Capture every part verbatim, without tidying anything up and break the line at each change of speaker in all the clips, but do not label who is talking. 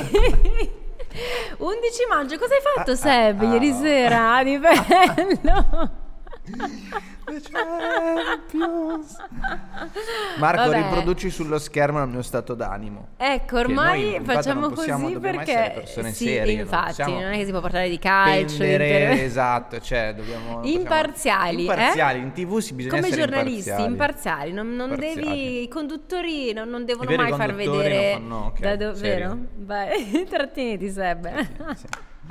undici maggio, cosa hai fatto,
Ah,
Seb,
ah, ah.
ieri sera? Di bello.
The Champions. Marco,
Vabbè.
riproduci sullo schermo il mio stato d'animo.
Ecco,
Che
ormai
noi, infatti,
facciamo
non possiamo,
così
dobbiamo
perché
essere persone
sì,
serie, non
infatti,
possiamo
non è che si può parlare di calcio,
pendere,
di-
esatto, cioè dobbiamo non possiamo-
Imparziali,
imparziali,
eh?
in TV si bisogna
come
essere
giornalisti
imparziali.
imparziali, non, non
Imparziali.
devi, i conduttori non, non devono
È vero,
mai
i
far
conduttori
vedere
non fanno- ok,
da dove,
serio.
vero? Vai, trattieniti, Seb.
Sì.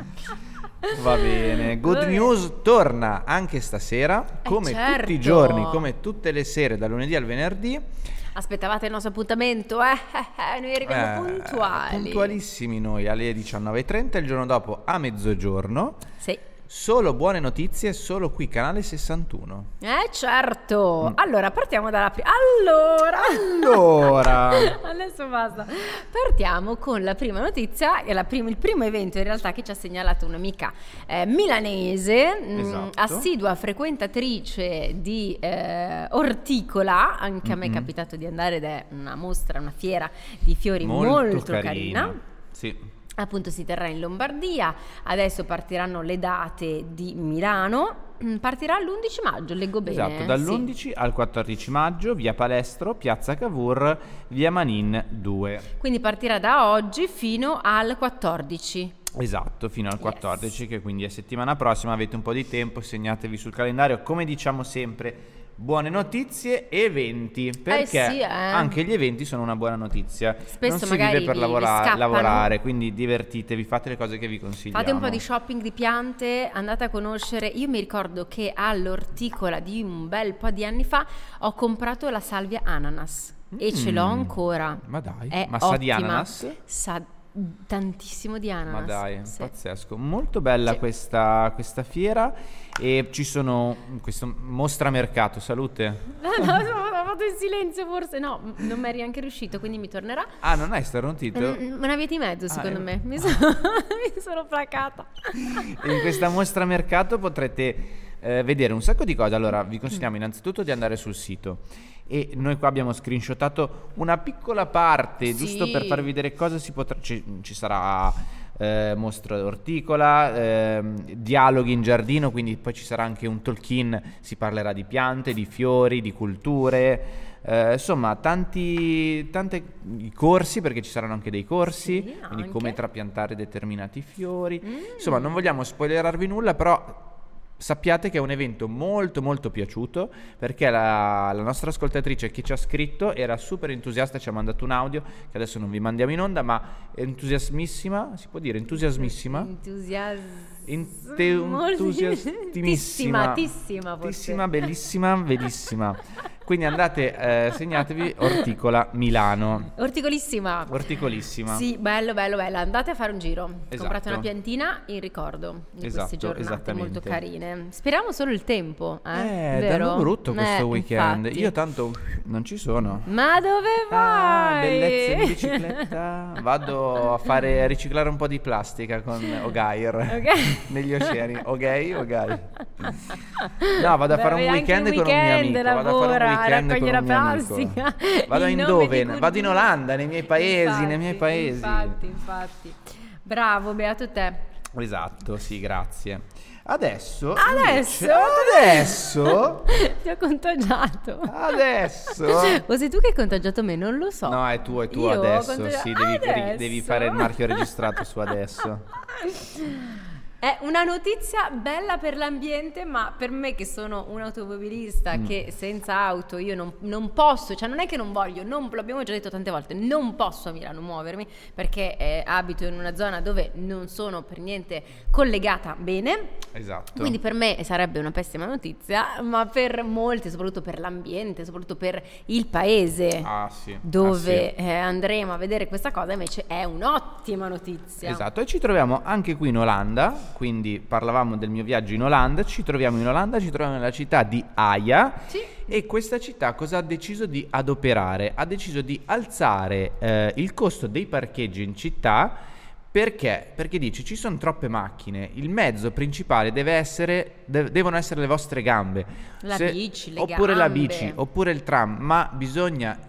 Va bene, Good
Va bene.
News torna anche stasera, come
certo.
tutti i giorni, come tutte le sere, dal lunedì al venerdì.
Aspettavate il nostro appuntamento, eh? Eh, eh, noi arriviamo
Eh,
puntuali.
puntualissimi noi alle diciannove e trenta, il giorno dopo a mezzogiorno.
Sì.
Solo buone notizie, solo qui canale sessantuno.
Eh certo.
Mm.
Allora, partiamo dalla prima. Allora.
Allora,
Adesso basta. Partiamo con la prima notizia, che è la prim- il primo evento in realtà che ci ha segnalato un'amica eh, milanese, mh,
Esatto.
assidua frequentatrice di eh, orticola. Anche a me è
Mhm.
capitato di andare ed è una mostra, una fiera di fiori molto,
molto,
carina.
carina. Sì.
Appunto si terrà in Lombardia, adesso partiranno le date di Milano, partirà l'undici maggio, leggo bene.
Esatto,
sì.
dall'undici al quattordici maggio, via Palestro, piazza Cavour, via Manin due.
Quindi partirà da oggi fino al quattordici.
Esatto, fino al
Yes.
quattordici, che quindi è settimana prossima, avete un po' di tempo, segnatevi sul calendario, come diciamo sempre. Buone notizie e eventi, perché
sì, eh.
anche gli eventi sono una buona notizia.
Spesso
non si
magari
vive per
vi-
lavora-
vi scappano.
lavorare, quindi divertitevi, fate le cose che vi consigliamo.
Fate un po' di shopping di piante, andate a conoscere. Io mi ricordo che all'orticola di un bel po' di anni fa ho comprato la salvia ananas e ce l'ho
Mm.
ancora.
Ma dai,
È
ma sa di
ottima.
ananas?
Sa tantissimo di ananas.
Ma dai,
Sì.
pazzesco, molto bella
Sì.
questa, questa fiera, e ci sono questo mostra mercato, salute.
No, no, ho fatto in silenzio forse. No, m- non mi è neanche riuscito, quindi mi tornerà.
Ah, non hai starnutito?
Mm, Una via di mezzo, secondo
eh.
me. Mi sono, mi sono placata.
In questa mostra mercato potrete eh, vedere un sacco di cose. Allora, vi consigliamo innanzitutto di andare sul sito, e noi qua abbiamo screenshotato una piccola parte,
Sì.
giusto per farvi vedere cosa si potrà. Ci, ci sarà eh, mostra orticola, ehm, dialoghi in giardino, quindi poi ci sarà anche un talk-in, si parlerà di piante, di fiori, di culture. Eh, insomma, tanti, tanti corsi, perché ci saranno anche dei corsi,
Sì,
quindi
anche.
come trapiantare determinati fiori.
Mm.
Insomma, non vogliamo spoilerarvi nulla, però sappiate che è un evento molto molto piaciuto, perché la, la nostra ascoltatrice che ci ha scritto era super entusiasta, ci ha mandato un audio che adesso non vi mandiamo in onda, ma è entusiasmissima, si può dire entusiasmissima?
Entusias...
Inte-
Molto-
entusiastimissima,
Tissima, forse.
tissima, bellissima, bellissima. Quindi andate, eh, segnatevi Orticola Milano.
Orticolissima.
Orticolissima.
Sì, bello, bello, bello. Andate a fare un giro.
Esatto.
Comprate una piantina in ricordo di
Esatto,
queste giornate
esattamente.
molto carine. Speriamo solo il tempo, eh?
Eh,
Vero?
davvero brutto questo
Eh,
weekend.
infatti.
Io tanto non ci sono.
Ma dove vai?
Ah, bellezza in bicicletta. Vado a fare a riciclare un po' di plastica con Ogair
Ok.
negli oceani. Ok, ok. No, vado a
Beh,
fare un
anche
weekend
il
con un mio
weekend
amico. Vado a fare
lavora
un
a
weekend con
raccogliere
un mio amico.
plastica.
Vado
in
in
nome
dove?
di
Vado in
Good
Olanda, nei miei paesi,
Infatti,
nei miei paesi.
Infatti, infatti. Bravo, beato te.
Esatto, sì, grazie. Adesso
Adesso?
invece- adesso
Ti ho contagiato.
adesso
O sei tu che hai contagiato me? Non lo so.
No, è tu, è tu
Io ho
adesso.
contagiato-
Sì, devi, devi-
Adesso?
devi fare il marchio registrato su adesso.
È una notizia bella per l'ambiente, ma per me che sono un automobilista
Mm.
che senza auto io non, non posso, cioè non è che non voglio, non, l'abbiamo già detto tante volte, non posso a Milano muovermi perché eh, abito in una zona dove non sono per niente collegata bene.
Esatto.
Quindi per me sarebbe una pessima notizia, ma per molti, soprattutto per l'ambiente, soprattutto per il paese
Ah, sì.
dove
Ah, sì.
eh, andremo a vedere questa cosa, invece è un'ottima notizia.
Esatto, e ci troviamo anche qui in Olanda, quindi parlavamo del mio viaggio in Olanda, ci troviamo in Olanda, ci troviamo nella città di Haia.
Sì.
E questa città cosa ha deciso di adoperare? Ha deciso di alzare eh, il costo dei parcheggi in città. Perché? Perché dice ci sono troppe macchine, il mezzo principale deve essere, de- devono essere le vostre gambe.
La bici, le
oppure la
gambe.
bici, oppure il tram, ma bisogna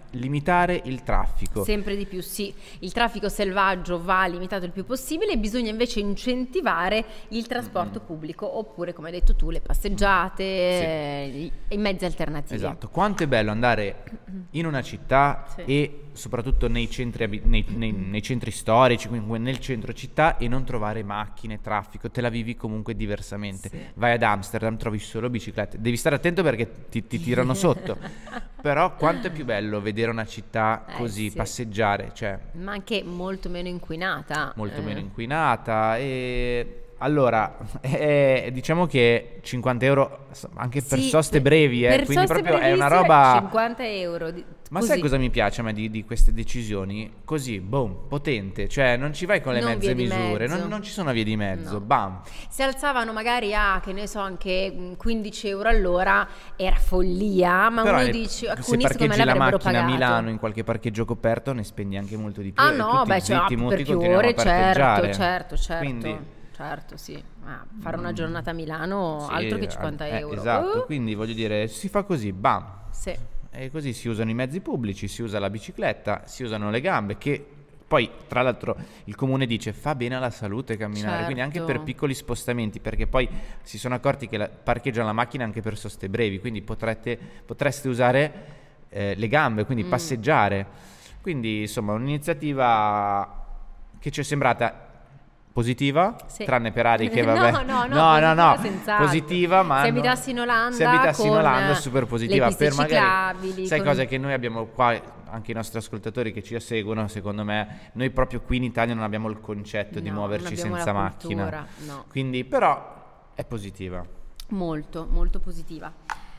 limitare il traffico.
Sempre di più, sì. Il traffico selvaggio va limitato il più possibile, bisogna invece incentivare il trasporto mm-hmm. pubblico, oppure, come hai detto tu, le passeggiate, sì. eh, i mezzi alternativi.
Esatto. Quanto è bello andare in una città sì. e soprattutto nei centri, nei, nei, nei centri storici, quindi nel centro città, e non trovare macchine, traffico, te la vivi comunque diversamente. Sì. Vai ad Amsterdam, trovi solo biciclette, devi stare attento perché ti, ti tirano sotto, però quanto è più bello vedere una città eh, così, sì. passeggiare, cioè,
ma anche molto meno inquinata.
Molto
eh.
meno inquinata e... Allora, eh, diciamo che cinquanta euro anche per sì, soste brevi, eh, quindi proprio è una roba...
cinquanta euro. Di,
Ma
così.
sai cosa mi piace a me di, di queste decisioni? Così, boom, potente, cioè non ci vai con le non mezze misure, non, non ci sono vie di mezzo, no. Bam.
Si alzavano magari a, che ne so, anche quindici euro all'ora, era follia, ma
però
uno
ne,
dice,
se parcheggi la macchina a Milano in qualche parcheggio coperto ne spendi anche molto di più.
Ah no, beh, cioè,
zitti,
per più ore, certo, certo, certo. Quindi, certo, sì. Ah, fare una giornata a Milano, sì, altro che cinquanta euro.
Eh, esatto,
uh.
quindi voglio dire, si fa così, bam.
Sì.
E così si usano i mezzi pubblici, si usa la bicicletta, si usano le gambe, che poi tra l'altro il comune dice fa bene alla salute camminare, certo. Quindi anche per piccoli spostamenti, perché poi si sono accorti che la, parcheggiano la macchina anche per soste brevi, quindi potrete, potreste usare eh, le gambe, quindi mm. passeggiare. Quindi insomma un'iniziativa che ci è sembrata positiva, sì. Tranne per Ari che vabbè
no no
no
no,
no,
no
positiva, ma
se abitassi in Olanda,
se abitassi in Olanda super positiva,
le
per magari sai
con...
cose che noi abbiamo qua, anche i nostri ascoltatori che ci seguono, secondo me noi proprio qui in Italia non abbiamo il concetto no, di muoverci senza macchina,
no.
Quindi però è positiva,
molto molto positiva.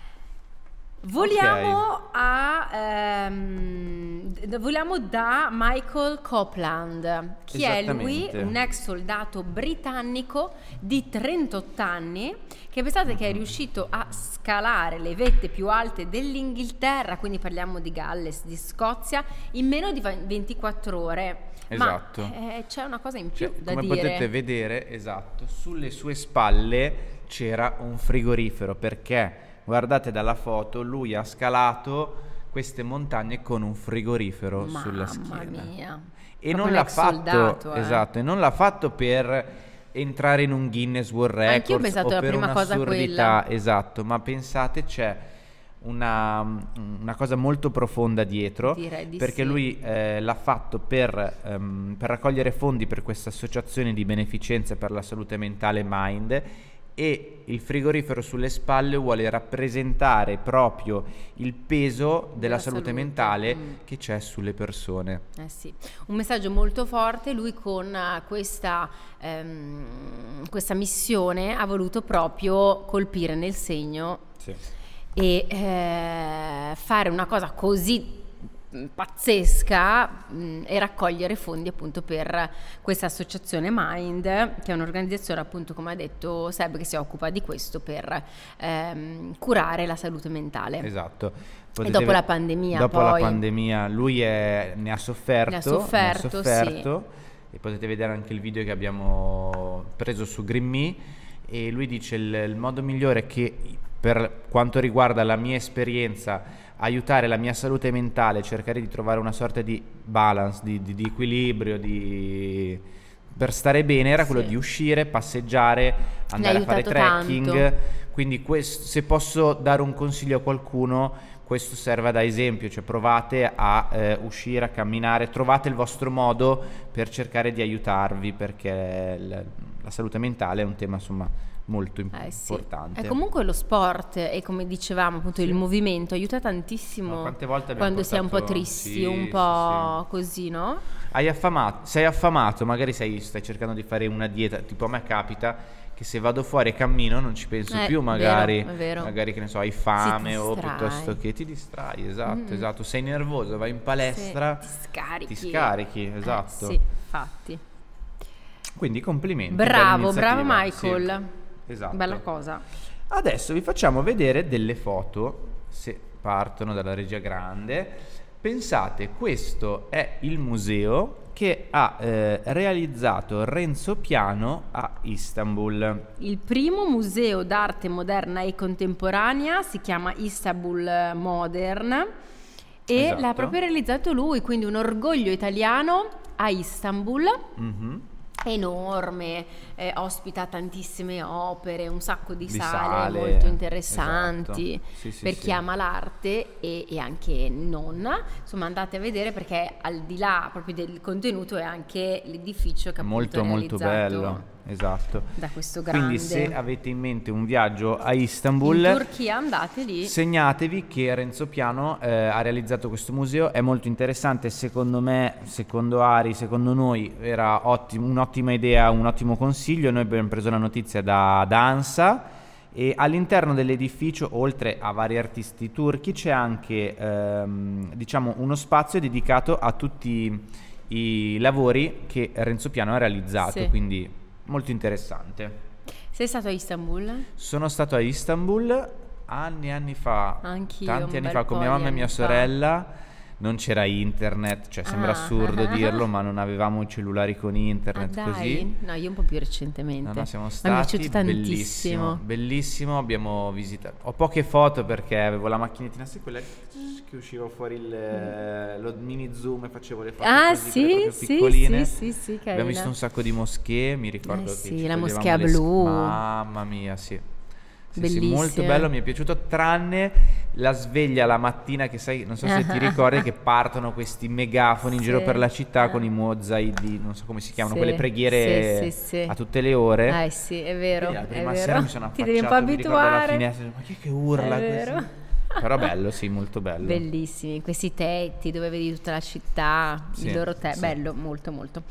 Voliamo okay. a ehm, voliamo da Michael Copeland. Chi è lui? Un ex soldato britannico di trentotto anni che pensate che è riuscito a scalare le vette più alte dell'Inghilterra, quindi parliamo di Galles, di Scozia, in meno di ventiquattro ore.
Esatto.
Ma eh, c'è una cosa in più
cioè,
da
come
dire.
Come potete vedere, esatto, sulle sue spalle c'era un frigorifero, perché guardate dalla foto, lui ha scalato queste montagne con un frigorifero
Mamma
sulla schiena.
Mia.
E non l'ha fatto,
soldato, eh.
esatto, e non l'ha fatto per entrare in un Guinness World Records.
Anch'io ho pensato
o
la
per
prima cosa
un'assurdità,
quella.
esatto, ma pensate c'è una, una cosa molto profonda dietro,
Direi di
perché
sì.
lui eh, l'ha fatto per, um, per raccogliere fondi per questa associazione di beneficenza per la salute mentale Mind, e il frigorifero sulle spalle vuole rappresentare proprio il peso della, della salute, salute mentale mm. che c'è sulle persone.
Eh sì, un messaggio molto forte. Lui con questa, ehm, questa missione ha voluto proprio colpire nel segno
sì.
e eh, fare una cosa così pazzesca mh, e raccogliere fondi appunto per questa associazione Mind, che è un'organizzazione appunto, come ha detto Seb, che si occupa di questo per ehm, curare la salute mentale.
Esatto.
Potete e dopo ve- la pandemia
dopo
poi,
la pandemia lui è, ne ha sofferto,
ne ha sofferto,
ne ha sofferto
sì.
E potete vedere anche il video che abbiamo preso su Green Me, e lui dice il, il modo migliore che per quanto riguarda la mia esperienza aiutare la mia salute mentale, cercare di trovare una sorta di balance, di, di, di equilibrio, di... per stare bene, era quello sì. di uscire, passeggiare, andare a fare trekking. Tanto. Quindi questo, se posso dare un consiglio a qualcuno, questo serve da esempio, cioè provate a eh, uscire, a camminare, trovate il vostro modo per cercare di aiutarvi, perché la, la salute mentale è un tema insomma molto importante.
Eh sì. E comunque lo sport e, come dicevamo appunto, sì. il movimento aiuta tantissimo quante volte quando portato... si è un po' tristi, sì, un po' sì, sì. così, no?
Hai affamato, sei affamato, magari sei, stai cercando di fare una dieta, tipo a me capita che se vado fuori e cammino non ci penso
eh,
più, magari
vero, è vero.
magari che ne so, hai fame
sì,
o piuttosto che ti distrai, esatto, mm. esatto, sei nervoso, vai in palestra,
sì, ti scarichi,
ti scarichi, esatto.
Eh, sì, infatti.
Quindi complimenti.
Bravo, bravo Michael.
Sì. Esatto.
Bella cosa.
Adesso vi facciamo vedere delle foto, se partono dalla regia grande. Pensate, questo è il museo che ha eh, realizzato Renzo Piano a Istanbul.
Il primo museo d'arte moderna e contemporanea, si chiama Istanbul Modern, e
Esatto.
l'ha proprio realizzato lui, quindi un orgoglio italiano a Istanbul.
Mhm.
Enorme, eh, ospita tantissime opere, un sacco di,
Di
sale,
sale,
molto interessanti,
esatto. Sì, sì,
per
sì.
chi ama l'arte e, e anche non. Insomma, andate a vedere, perché al di là proprio del contenuto è anche l'edificio che appunto
Molto
è
molto
realizzato
bello, esatto.
da questo grande.
Quindi se avete in mente un viaggio a Istanbul,
in Turchia, andate lì.
segnatevi che Renzo Piano eh, ha realizzato questo museo, è molto interessante, secondo me, secondo Ari, secondo noi era ottimo, un'ottima idea, un ottimo consiglio. Noi abbiamo preso la notizia da, da ANSA, e all'interno dell'edificio, oltre a vari artisti turchi, c'è anche ehm, diciamo uno spazio dedicato a tutti i lavori che Renzo Piano ha realizzato,
Sì.
quindi molto interessante.
Sei stato a Istanbul?
Sono stato a Istanbul anni e anni fa,
Anch'io,
tanti
un
anni
bel
fa, con
po'
mia
di
mamma e
anni
mia
fa.
sorella. Non c'era internet, cioè sembra
Ah.
assurdo dirlo, ma non avevamo i cellulari con
Ah,
internet
dai?
così.
No, io un po' più recentemente.
No, no, siamo
Ma mi è
stati,
piaciuto tantissimo.
bellissimo, bellissimo, abbiamo visitato, ho poche foto perché avevo la macchinettina, sì, quella che usciva fuori il, lo mini zoom e facevo le foto
Ah,
così,
sì,
quelle proprio
sì,
piccoline.
sì, sì, sì, carina.
Abbiamo visto un sacco di moschee, mi ricordo
Eh
che
sì,
ci
la
toglievamo
moschea
le sch-
blu.
Mamma mia, sì. Sì, sì,
Bellissima.
molto bello, mi è piaciuto, tranne la sveglia la mattina, che sai, non so se ti ricordi che partono questi megafoni in
Sì.
giro per la città con
Ah.
i mozaidi, non so come si chiamano,
Sì,
quelle preghiere
sì, sì, sì.
a tutte le ore.
Eh sì, è vero,
E la
è
prima
vero.
sera mi sono
Ti devi un po'
affacciato, mi ricordo alla
abituare.
finestra, ma chi è che urla
È
così?
vero.
Però bello, sì, molto bello.
Bellissimi, questi tetti dove vedi tutta la città,
Sì,
i loro tetti,
sì.
bello, molto molto.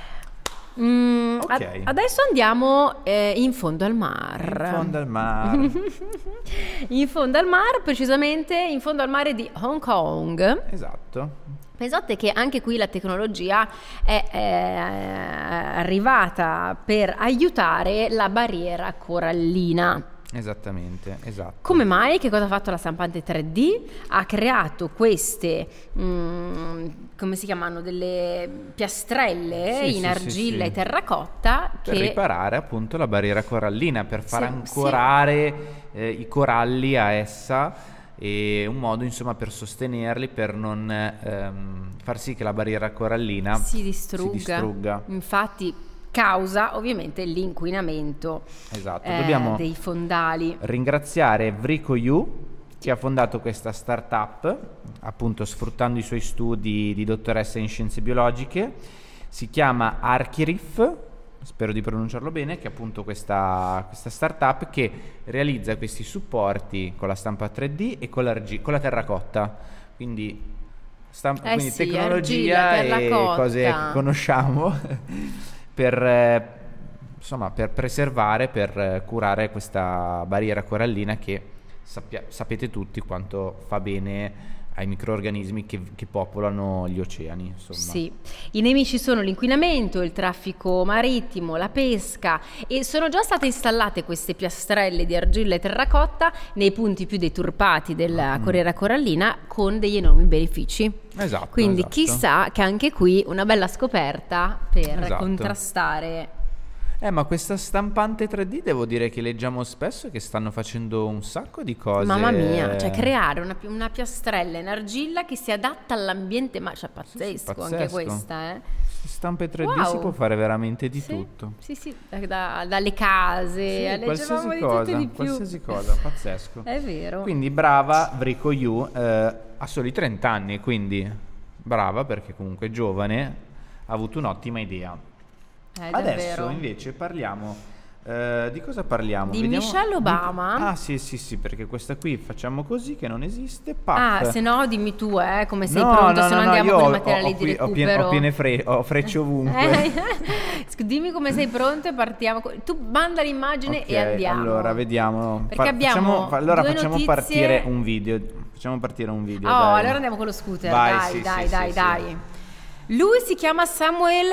Mm,
Ok.
ad- adesso andiamo eh, in fondo al mar.
In fondo al mare.
In fondo al mar, precisamente in fondo al mare di Hong Kong.
Esatto.
Pensate che anche qui la tecnologia è, è arrivata per aiutare la barriera corallina.
Esattamente, esatto.
Come mai? Che cosa ha fatto la stampante tre D? Ha creato queste, mm, come si chiamano, delle piastrelle
Sì,
in
sì, sì,
argilla
sì.
e terracotta
Per
che
riparare appunto la barriera corallina, per far
Sì,
ancorare eh, i coralli a essa, e un modo insomma per sostenerli, per non ehm, far sì che la barriera corallina
si distrugga.
si distrugga.
Infatti causa ovviamente l'inquinamento
Esatto,
eh,
dobbiamo
dei fondali.
ringraziare Vrico Yu, che ha fondato questa startup, appunto sfruttando i suoi studi di dottoressa in scienze biologiche. Si chiama Archirif, spero di pronunciarlo bene, che è appunto questa, questa startup che realizza questi supporti con la stampa tre D e con, l'argi- con la terracotta. Quindi, stamp-
Eh
quindi
sì,
tecnologia
argilla,
e
terracotta.
cose che conosciamo per, eh, insomma, per preservare, per eh, curare questa barriera corallina che sappia- sapete tutti quanto fa bene ai microrganismi che, che popolano gli oceani, insomma.
Sì, i nemici sono l'inquinamento, il traffico marittimo, la pesca, e sono già state installate queste piastrelle di argilla e terracotta nei punti più deturpati della
Mm.
corriera corallina, con degli enormi benefici.
Esatto,
Quindi
esatto.
chissà che anche qui una bella scoperta per
Esatto.
contrastare.
Eh, ma questa stampante tre D devo dire che leggiamo spesso che stanno facendo un sacco di cose.
Mamma mia, cioè creare una, pi- una piastrella in argilla che si adatta all'ambiente, ma cioè pazzesco,
pazzesco.
anche questa, eh.
Stampe tre D
Wow.
si può fare veramente di
Sì,
tutto.
Sì, sì, da- dalle case,
Sì,
leggevamo
qualsiasi
di
cosa,
tutto e di più.
qualsiasi cosa, pazzesco.
È vero.
Quindi brava Vrico Yu, eh, ha soli trenta anni, quindi brava perché comunque è giovane, ha avuto un'ottima idea.
Eh,
Adesso
davvero.
invece parliamo, eh, di cosa parliamo?
Di Michelle Obama.
Di- Ah sì sì sì, perché questa qui facciamo così che non esiste. Paf.
Ah, se no dimmi tu, eh, come sei
No,
pronto,
no,
se no
no, no,
andiamo
io
con
ho-
i materiali
ho,
di
qui- ho,
recupero.
pien- ho piene fre- ho frecce ovunque.
Eh, scu- dimmi come sei pronto e partiamo. co- Tu manda l'immagine
Ok,
e andiamo.
allora vediamo.
Perché abbiamo
facciamo, fa- allora
due
facciamo
notizie-
partire un video. Facciamo partire un video.
Oh,
dai.
allora andiamo con lo scooter.
Vai,
dai,
sì,
dai,
sì,
dai,
sì,
dai. Lui si chiama Samuel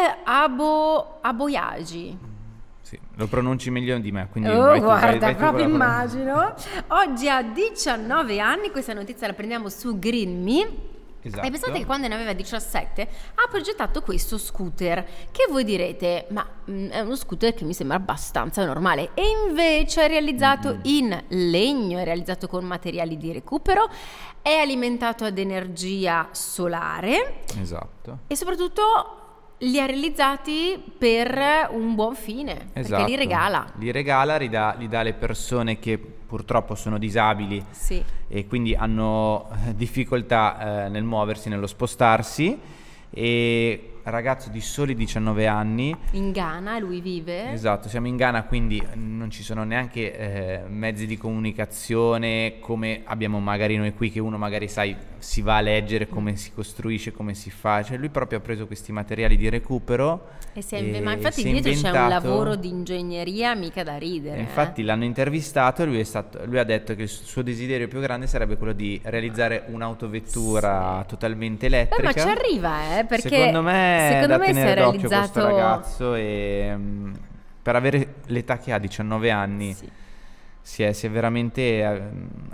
Abo Aboyagi.
Sì, lo pronunci meglio di me, quindi
Oh,
vai tu, vai-
guarda,
vai tu con
proprio
la-
immagino. Oggi ha diciannove anni, questa notizia la prendiamo su Green Me.
Esatto.
E pensate che quando ne aveva diciassette ha progettato questo scooter, che voi direte, ma mh, è uno scooter che mi sembra abbastanza normale, e invece è realizzato
Mm-mm.
in legno, è realizzato con materiali di recupero, è alimentato ad energia solare
Esatto.
e soprattutto li ha realizzati per un buon fine,
Esatto.
perché li regala.
Li regala, li dà, li dà alle persone che purtroppo sono disabili
Sì.
e quindi hanno eh, difficoltà eh, nel muoversi, nello spostarsi. E ragazzo di soli diciannove anni.
In Ghana lui vive.
Esatto, siamo in Ghana, quindi non ci sono neanche eh, mezzi di comunicazione come abbiamo magari noi qui, che uno magari sai si va a leggere come si costruisce, come si fa. Cioè lui proprio ha preso questi materiali di recupero
E si è inve- ma
e
infatti
si è
dietro c'è un
inventato-
lavoro di ingegneria mica da ridere.
E
eh.
infatti l'hanno intervistato e lui, è stato, lui ha detto che il suo desiderio più grande sarebbe quello di realizzare un'autovettura totalmente
Beh,
elettrica.
ma ci arriva, eh, perché
secondo me è
secondo
da
me si è
tenere d'occhio questo
realizzato-
ragazzo e mm, per avere l'età che ha, diciannove anni,
Sì.
si, è, si è veramente eh,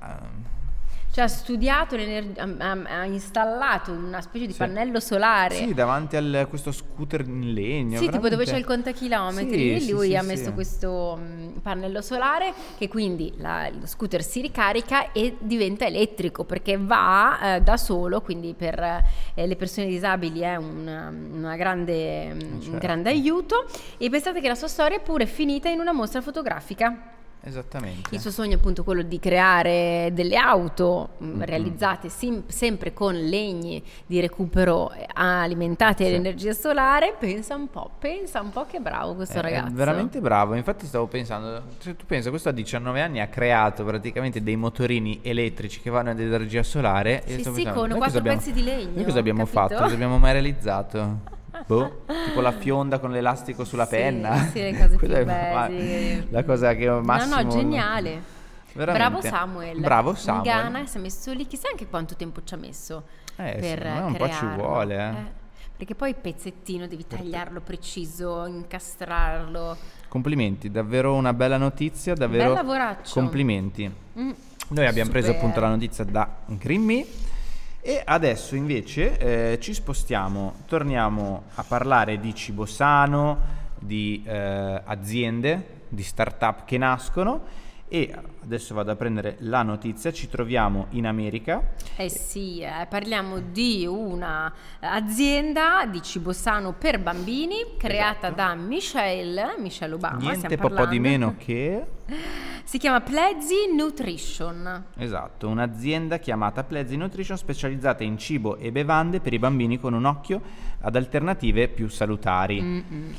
Cioè ha studiato, l'ener- ha, ha- ha installato una specie di
Sì.
pannello solare.
sì, davanti a questo scooter in legno.
Sì, tipo dove c'è il
veramente-
contachilometri,
Sì,
lui
sì,
ha
sì,
messo
sì.
questo mh, pannello solare che quindi la- lo scooter si ricarica e diventa elettrico perché va eh, da solo, quindi per eh, le persone disabili è una, una grande, mh, un
Certo.
grande aiuto. E pensate che la sua storia è pure finita in una mostra fotografica.
Esattamente.
Il suo sogno è appunto quello di creare delle auto mh,
Mhm.
realizzate sim- sempre con legni di recupero eh, alimentati
Sì.
all'energia solare. Pensa un po', pensa un po' che bravo questo
È-
ragazzo.
È veramente bravo, infatti stavo pensando, se tu pensa, questo a diciannove anni ha creato praticamente dei motorini elettrici che vanno ad energia solare. e
Sì,
stavo
sì,
pensando,
con
noi
quattro
cosa abbiamo-
pezzi di legno,
Noi cosa abbiamo
capito?
fatto? Cosa abbiamo mai realizzato? Boh, tipo la fionda con l'elastico sulla
Sì,
penna.
sì, le cose più
Quella è-
belle.
La cosa che
No,
massimo...
no, geniale.
Veramente.
Bravo Samuel.
Bravo Samuel.
In Ghana si è messo lì, chissà anche quanto tempo ci ha messo
Eh,
per
secondo me un po' ci
crearlo.
vuole, eh.
Perché poi il pezzettino devi tagliarlo preciso, incastrarlo.
Complimenti, davvero una bella notizia, davvero
Bel lavoraccio.
complimenti.
Mm,
Noi abbiamo preso
super.
appunto la notizia da Grimmy e adesso invece eh, ci spostiamo, torniamo a parlare di cibo sano, di eh, aziende, di start-up che nascono e adesso vado a prendere la notizia, ci troviamo in America.
Eh sì, eh, parliamo di una azienda di cibo sano per bambini creata
Esatto.
da Michelle, Michelle Obama.
Niente
stiamo
po' po' di
parlando.
meno che...
Si chiama Plezzi Nutrition.
Esatto, un'azienda chiamata Plezzi Nutrition specializzata in cibo e bevande per i bambini con un occhio ad alternative più salutari.
Mm-mm.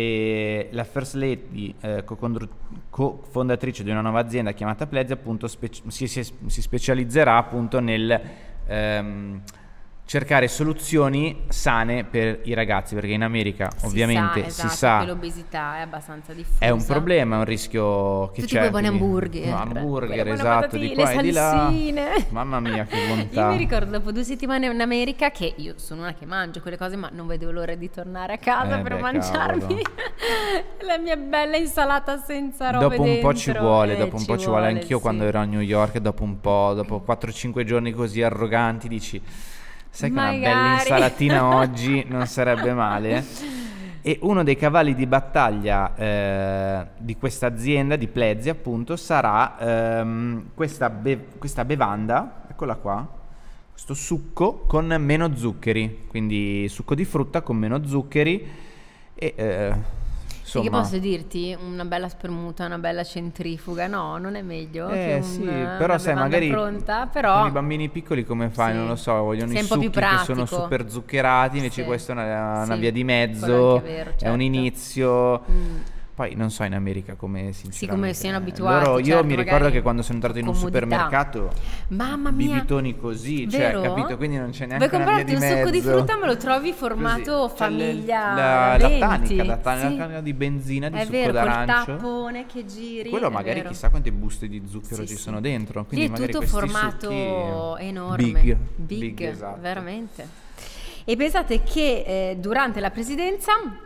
E la First Lady, eh, co-condru- co-fondatrice di una nuova azienda chiamata Plezzi, appunto spec- si, si- si specializzerà appunto nel ehm, cercare soluzioni sane per i ragazzi, perché in America
Si
ovviamente
sa, esatto,
si sa
che l'obesità è abbastanza diffusa.
è un problema, è un rischio che
Tutti
c'è.
quei buoni
quindi-
hamburger.
No, hamburger,
Quelle buone
esatto, di
patatine,
qua e di là.
salsine.
Mamma mia, che bontà.
Io mi ricordo dopo due settimane in America che io sono una che mangio quelle cose, ma non vedevo l'ora di tornare a casa
Eh,
per
beh,
mangiarmi
cavolo.
la mia bella insalata senza robe
Dopo un po' ci
dentro.
vuole,
Eh,
dopo un
ci
po' ci vuole.
vuole,
Anch'io
sì.
quando ero a New York, dopo un po', dopo quattro cinque giorni così arroganti, dici, sai che una bella
Magari.
insalatina oggi non sarebbe male? E uno dei cavalli di battaglia eh, di questa azienda, di Plezzi appunto, sarà ehm, questa, be- questa bevanda, eccola qua, questo succo con meno zuccheri, quindi succo di frutta con meno zuccheri e eh,
Sì, che
insomma...
posso dirti? Una bella spremuta, una bella centrifuga, no, non è meglio
Eh
che un,
sì,
una
però sai,
bevanda
magari
pronta, però
con i bambini piccoli come fai?
Sì.
Non lo so, vogliono
Sei
i
un po' più
succhi che sono
pratico.
super zuccherati, invece
Sì.
questa è una, una
Sì,
via di
quello
mezzo,
anche è vero,
è un
certo.
inizio.
Mm.
Poi non so in America come sinceramente.
come siano abituati,
Loro, io
certo,
mi ricordo
magari
che quando sono entrato in un
comodità.
supermercato,
Mamma mia,
bibitoni così,
vero?
cioè, capito? Quindi non c'è neanche
Vuoi
una via
comprarti
di
un
mezzo.
succo di frutta, me lo trovi formato
Così. C'è le-
famiglia
la, la
venti.
tanica, la, tanica,
Sì.
la tanica di benzina, di
È
succo
vero, col
d'arancio.
tappone che giri.
Quello
è
magari
vero.
chissà quante buste di zucchero
Sì,
ci
sì.
sono dentro.
Lì
Quindi
è
magari
tutto
questi
formato
succhi
enorme,
big,
big,
big, esatto.
veramente. E pensate che eh, durante la presidenza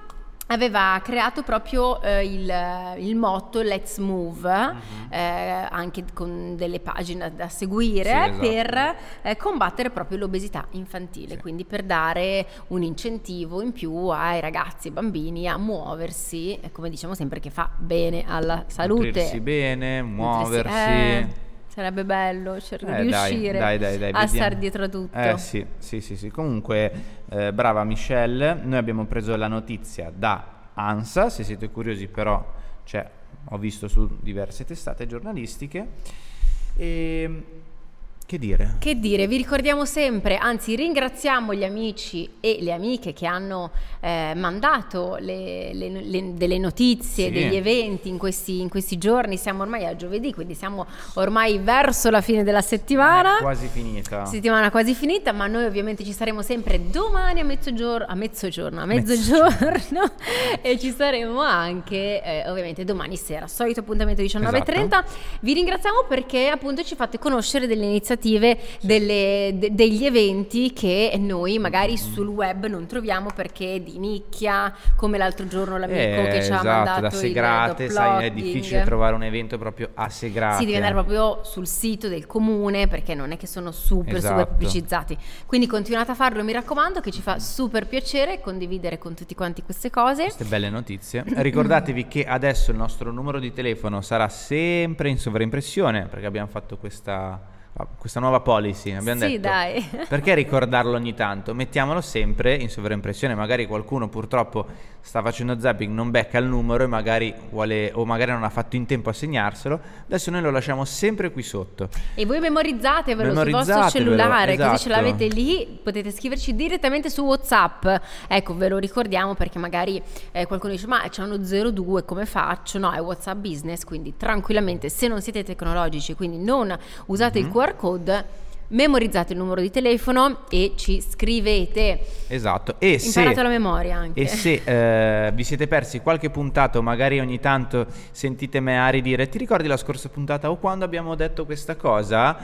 aveva creato proprio eh, il, il motto Let's Move, mm-hmm. eh, anche con delle pagine da seguire, sì, esatto. per eh, combattere proprio l'obesità infantile, sì. quindi per dare un incentivo in più ai ragazzi e bambini a muoversi, e come diciamo sempre che fa bene alla salute.
Nutrirsi bene, muoversi.
Eh, sarebbe bello cercare
eh,
di
dai,
uscire
dai, dai, dai,
a
vediamo.
star dietro a tutto.
Eh sì, sì, sì, sì. Comunque eh, brava Michelle, noi abbiamo preso la notizia da ANSA, se siete curiosi però cioè, ho visto su diverse testate giornalistiche e che dire?
Che dire, vi ricordiamo sempre, anzi ringraziamo gli amici e le amiche che hanno eh, mandato le, le, le, delle notizie, sì. degli eventi in questi, in questi giorni. Siamo ormai a giovedì, quindi siamo ormai verso la fine della settimana.
È quasi finita.
Settimana quasi finita, ma noi ovviamente ci saremo sempre domani a mezzogiorno, a mezzogiorno, a mezzogiorno, mezzogiorno. E ci saremo anche eh, ovviamente domani sera, solito appuntamento diciannove e trenta. Esatto. Vi ringraziamo perché appunto ci fate conoscere delle iniziative, delle, de, degli eventi che noi magari sul web non troviamo perché è di nicchia, come l'altro giorno l'amico
eh,
che ci
esatto,
ha mandato
da Segrate,
il
sai, è difficile trovare un evento proprio a Segrate.
Sì, devi andare proprio sul sito del comune perché non è che sono super
esatto.
super pubblicizzati, quindi continuate a farlo, mi raccomando, che ci fa super piacere condividere con tutti quanti queste cose,
queste belle notizie. Ricordatevi che adesso il nostro numero di telefono sarà sempre in sovraimpressione perché abbiamo fatto questa questa nuova policy, abbiamo
sì,
detto
dai.
Perché ricordarlo ogni tanto, mettiamolo sempre in sovraimpressione, magari qualcuno purtroppo sta facendo zapping, non becca il numero e magari vuole, o magari non ha fatto in tempo a segnarselo, adesso noi lo lasciamo sempre qui sotto
e voi memorizzatevelo sul vostro cellulare,
esatto.
così ce l'avete lì, potete scriverci direttamente su WhatsApp, ecco, ve lo ricordiamo perché magari eh, qualcuno dice ma c'è uno zero due, come faccio? No, è WhatsApp Business, quindi tranquillamente, se non siete tecnologici, quindi non usate mm-hmm. il Q R code, memorizzate il numero di telefono e ci scrivete.
Esatto. E
imparate
se,
la memoria anche.
E se eh, vi siete persi qualche puntata o magari ogni tanto sentite me a ridire ti ricordi la scorsa puntata o quando abbiamo detto questa cosa,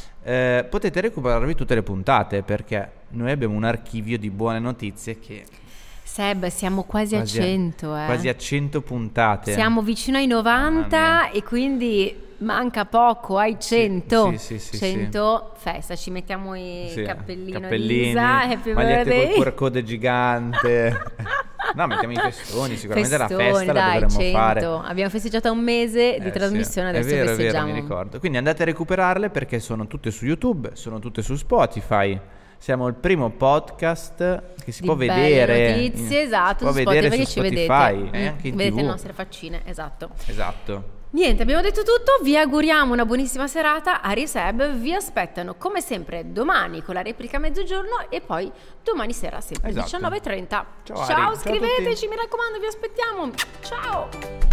eh, potete recuperarvi tutte le puntate perché noi abbiamo un archivio di buone notizie che
Seb, siamo quasi, quasi a cento eh.
quasi a cento puntate,
siamo vicino ai novanta e quindi manca poco ai cento.
Sì, sì, sì,
cento sì. Festa, ci mettiamo i
sì,
cappellini,
cappellini
Lisa, happy
magliette
birthday.
col Q R code gigante. No, mettiamo i festoni, sicuramente
festoni,
la festa
dai,
la dovremmo
cento.
Fare.
Abbiamo festeggiato un mese di
eh,
trasmissione,
sì.
adesso
è vero,
festeggiamo.
È vero, mi ricordo. Quindi andate a recuperarle perché sono tutte su YouTube, sono tutte su Spotify. Siamo il primo podcast che si
di
può vedere.
Notizie, esatto,
si
su
può vedere
Spotify,
su
che ci
Spotify,
vedete.
e anche in
vedete
T V.
le nostre faccine, esatto.
Esatto.
Niente, abbiamo detto tutto, vi auguriamo una buonissima serata. Ari e Seb vi aspettano come sempre domani con la replica a mezzogiorno e poi domani sera sempre esatto. diciannove e trenta.
Ciao,
Ciao,
Ari.
scriveteci,
Ciao
mi raccomando, vi aspettiamo. Ciao.